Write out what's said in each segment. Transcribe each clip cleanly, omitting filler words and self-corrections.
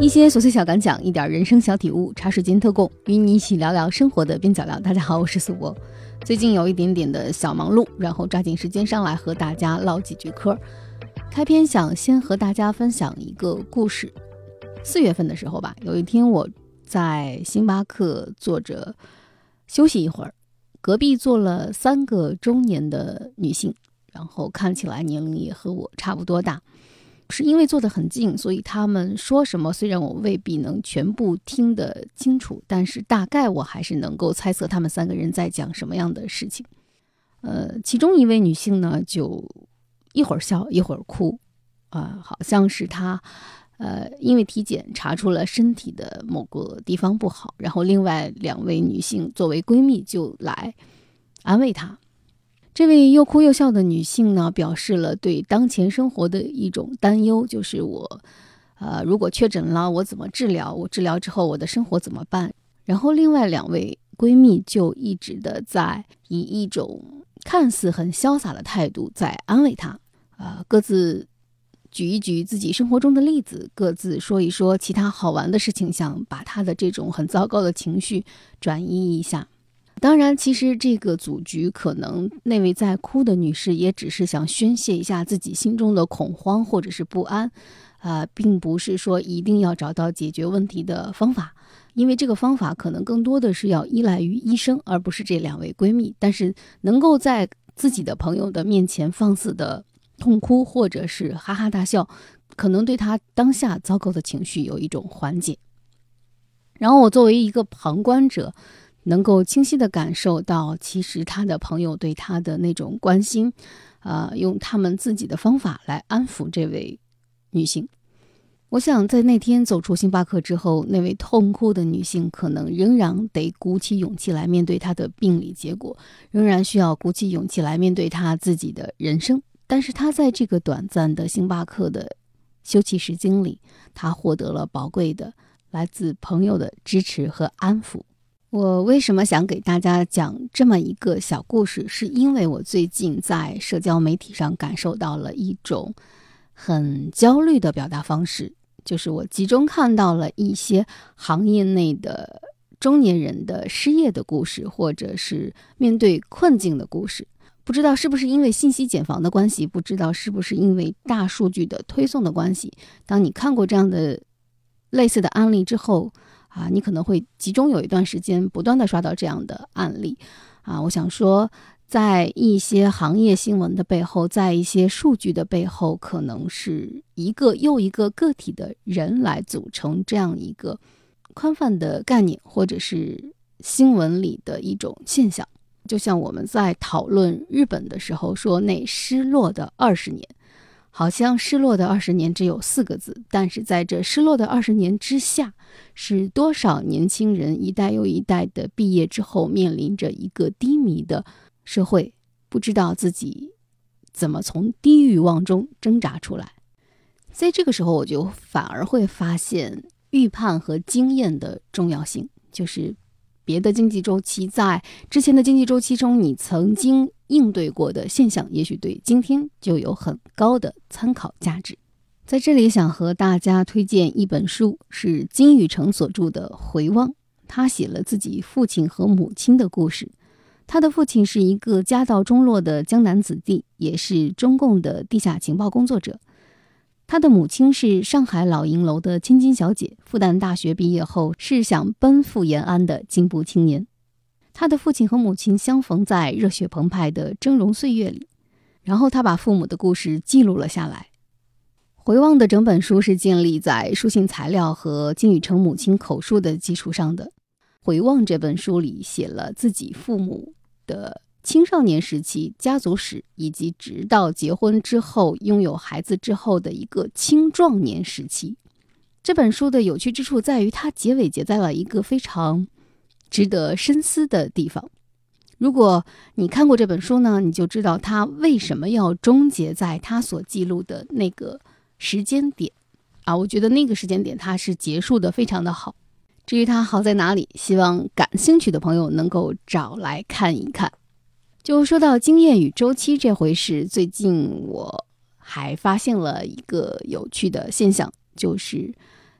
一些琐碎小感讲，一点人生小体悟，茶水间特供，与你一起聊聊生活的边角料。大家好，我是苏博。最近有一点点的小忙碌，然后抓紧时间上来和大家唠几句嗑。开篇想先和大家分享一个故事。4月份的时候吧，有一天我在星巴克坐着休息一会儿，隔壁坐了3个中年的女性，然后看起来年龄也和我差不多大。是因为坐得很近，所以他们说什么虽然我未必能全部听得清楚，但是大概我还是能够猜测他们3个人在讲什么样的事情。其中一位女性呢，就一会儿笑一会儿哭，好像是她因为体检查出了身体的某个地方不好，然后另外2位女性作为闺蜜就来安慰她。这位又哭又笑的女性呢，表示了对当前生活的一种担忧，就是我如果确诊了，我怎么治疗？我治疗之后我的生活怎么办？然后另外2位闺蜜就一直的在以一种看似很潇洒的态度在安慰她，各自举一举自己生活中的例子，各自说一说其他好玩的事情，想把她的这种很糟糕的情绪转移一下。当然，其实这个组局可能那位在哭的女士也只是想宣泄一下自己心中的恐慌或者是不安，并不是说一定要找到解决问题的方法，因为这个方法可能更多的是要依赖于医生，而不是这2位闺蜜。但是能够在自己的朋友的面前放肆的痛哭或者是哈哈大笑，可能对她当下糟糕的情绪有一种缓解。然后我作为一个旁观者，能够清晰地感受到，其实他的朋友对他的那种关心，用他们自己的方法来安抚这位女性。我想在那天走出星巴克之后，那位痛哭的女性可能仍然得鼓起勇气来面对她的病理结果，仍然需要鼓起勇气来面对她自己的人生。但是她在这个短暂的星巴克的休憩时间里，她获得了宝贵的来自朋友的支持和安抚。我为什么想给大家讲这么一个小故事，是因为我最近在社交媒体上感受到了一种很焦虑的表达方式，就是我集中看到了一些行业内的中年人的失业的故事，或者是面对困境的故事。不知道是不是因为信息茧房的关系，不知道是不是因为大数据的推送的关系，当你看过这样的类似的案例之后，你可能会集中有一段时间不断的刷到这样的案例。我想说，在一些行业新闻的背后，在一些数据的背后，可能是一个又一个个体的人来组成这样一个宽泛的概念，或者是新闻里的一种现象。就像我们在讨论日本的时候说那失落的20年，好像失落的20年只有4个字，但是在这失落的20年之下，是多少年轻人一代又一代的毕业之后面临着一个低迷的社会，不知道自己怎么从低欲望中挣扎出来。在这个时候，我就反而会发现预判和经验的重要性，就是别的经济周期，在之前的经济周期中你曾经应对过的现象，也许对今天就有很高的参考价值。在这里想和大家推荐一本书，是金宇成所著的《回望》。他写了自己父亲和母亲的故事。他的父亲是一个家道中落的江南子弟，也是中共的地下情报工作者。他的母亲是上海老银楼的千金小姐，复旦大学毕业后是想奔赴延安的进步青年。他的父亲和母亲相逢在热血澎湃的峥嵘岁月里，然后他把父母的故事记录了下来。回望的整本书是建立在书信材料和金宇成母亲口述的基础上的。回望这本书里写了自己父母的青少年时期家族史，以及直到结婚之后拥有孩子之后的一个青壮年时期。这本书的有趣之处在于它结尾结在了一个非常值得深思的地方。如果你看过这本书呢，你就知道他为什么要终结在他所记录的那个时间点我觉得那个时间点他是结束的非常的好。至于他好在哪里，希望感兴趣的朋友能够找来看一看。就说到经验与周期这回事，最近我还发现了一个有趣的现象，就是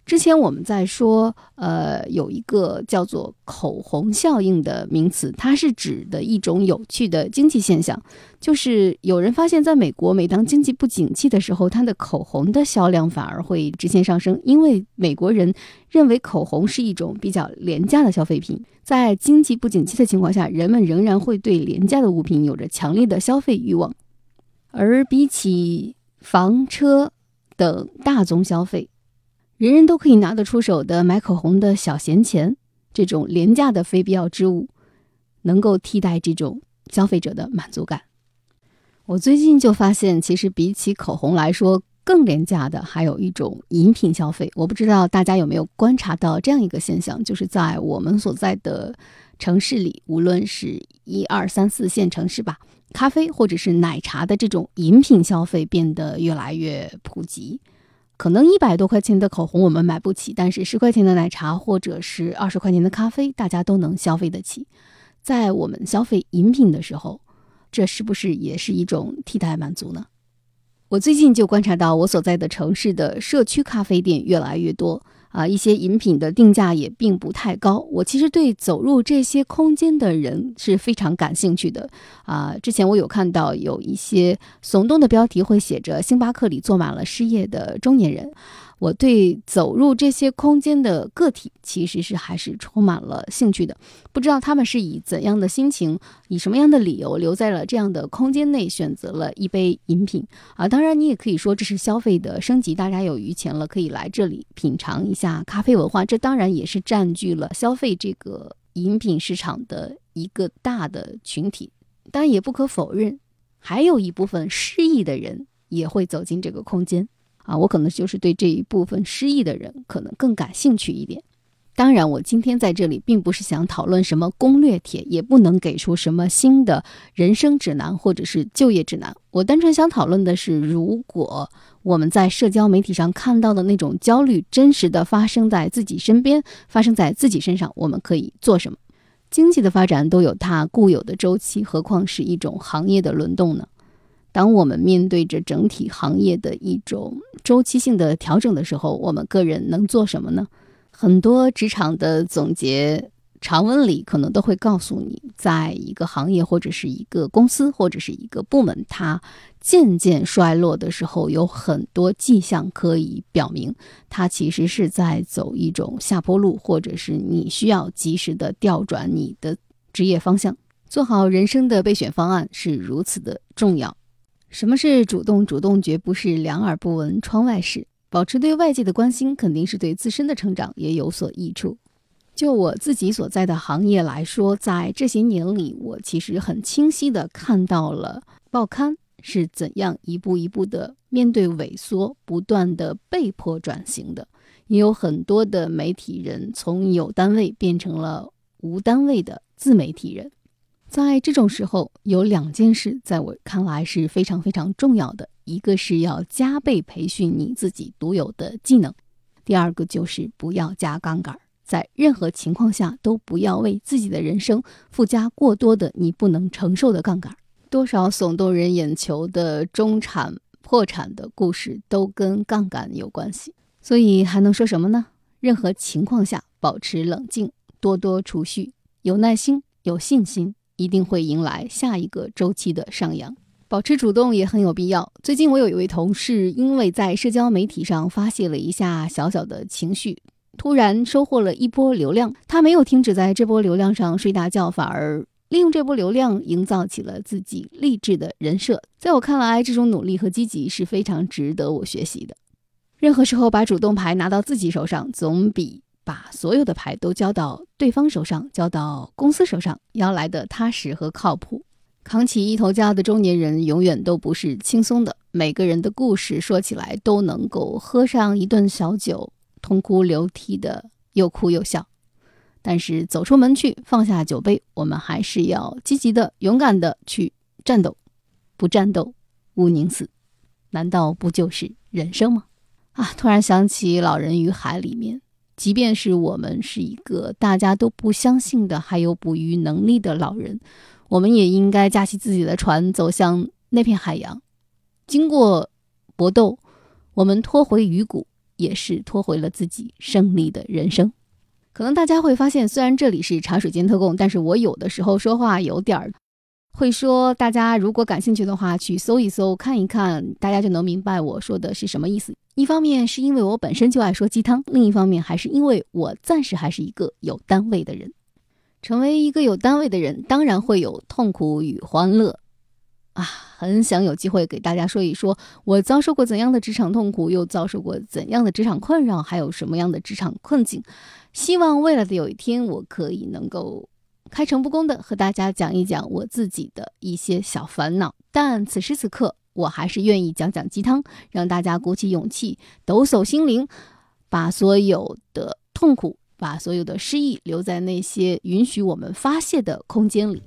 之前我们在说有一个叫做口红效应的名词，它是指的一种有趣的经济现象，就是有人发现在美国，每当经济不景气的时候，它的口红的销量反而会直线上升，因为美国人认为口红是一种比较廉价的消费品，在经济不景气的情况下，人们仍然会对廉价的物品有着强烈的消费欲望。而比起房车等大宗消费，人人都可以拿得出手的买口红的小闲钱，这种廉价的非必要之物，能够替代这种消费者的满足感。我最近就发现，其实比起口红来说，更廉价的还有一种饮品消费。我不知道大家有没有观察到这样一个现象，就是在我们所在的城市里，无论是1、2、3、4线城市吧，咖啡或者是奶茶的这种饮品消费变得越来越普及。可能100多块钱的口红我们买不起，但是10块钱的奶茶或者是20块钱的咖啡，大家都能消费得起。在我们消费饮品的时候，这是不是也是一种替代满足呢？我最近就观察到，我所在的城市的社区咖啡店越来越多一些饮品的定价也并不太高。我其实对走入这些空间的人是非常感兴趣的之前我有看到有一些耸动的标题会写着星巴克里坐满了失业的中年人。我对走入这些空间的个体其实是还是充满了兴趣的，不知道他们是以怎样的心情，以什么样的理由留在了这样的空间内，选择了一杯饮品当然你也可以说这是消费的升级，大家有余钱了可以来这里品尝一下咖啡文化，这当然也是占据了消费这个饮品市场的一个大的群体。当然也不可否认，还有一部分失意的人也会走进这个空间我可能就是对这一部分失意的人可能更感兴趣一点。当然我今天在这里并不是想讨论什么攻略帖，也不能给出什么新的人生指南或者是就业指南，我单纯想讨论的是，如果我们在社交媒体上看到的那种焦虑真实的发生在自己身边，发生在自己身上，我们可以做什么？经济的发展都有它固有的周期，何况是一种行业的轮动呢？当我们面对着整体行业的一种周期性的调整的时候，我们个人能做什么呢？很多职场的总结长文里可能都会告诉你，在一个行业或者是一个公司或者是一个部门，它渐渐衰落的时候，有很多迹象可以表明它其实是在走一种下坡路，或者是你需要及时的调转你的职业方向。做好人生的备选方案是如此的重要。什么是主动？主动绝不是两耳不闻窗外事，保持对外界的关心肯定是对自身的成长也有所益处。就我自己所在的行业来说，在这些年里，我其实很清晰地看到了报刊是怎样一步一步的面对萎缩，不断的被迫转型的。也有很多的媒体人从有单位变成了无单位的自媒体人。在这种时候，有2件事在我看来是非常非常重要的，一个是要加倍培训你自己独有的技能，第二个就是不要加杠杆，在任何情况下都不要为自己的人生附加过多的你不能承受的杠杆。多少耸动人眼球的中产破产的故事都跟杠杆有关系，所以还能说什么呢？任何情况下保持冷静，多多储蓄，有耐心，有信心，一定会迎来下一个周期的上扬。保持主动也很有必要。最近我有一位同事，因为在社交媒体上发泄了一下小小的情绪，突然收获了一波流量。他没有停止在这波流量上睡大觉，反而利用这波流量营造起了自己励志的人设。在我看来，这种努力和积极是非常值得我学习的。任何时候把主动牌拿到自己手上，总比把所有的牌都交到对方手上，交到公司手上要来的踏实和靠谱。扛起一头家的中年人永远都不是轻松的，每个人的故事说起来都能够喝上一顿小酒，痛哭流涕的又哭又笑。但是走出门去，放下酒杯，我们还是要积极的勇敢的去战斗，不战斗勿宁死，难道不就是人生吗？突然想起老人与海里面，即便是我们是一个大家都不相信的还有捕鱼能力的老人，我们也应该架起自己的船走向那片海洋。经过搏斗，我们拖回鱼骨， 也是拖回了自己胜利的人生。可能大家会发现，虽然这里是茶水间特供，但是我有的时候说话有点会说，大家如果感兴趣的话去搜一搜看一看，大家就能明白我说的是什么意思。一方面是因为我本身就爱说鸡汤，另一方面还是因为我暂时还是一个有单位的人。成为一个有单位的人，当然会有痛苦与欢乐很想有机会给大家说一说我遭受过怎样的职场痛苦，又遭受过怎样的职场困扰，还有什么样的职场困境。希望未来的有一天，我可以能够开诚布公的和大家讲一讲我自己的一些小烦恼，但此时此刻我还是愿意讲讲鸡汤，让大家鼓起勇气，抖擞心灵，把所有的痛苦，把所有的失意留在那些允许我们发泄的空间里。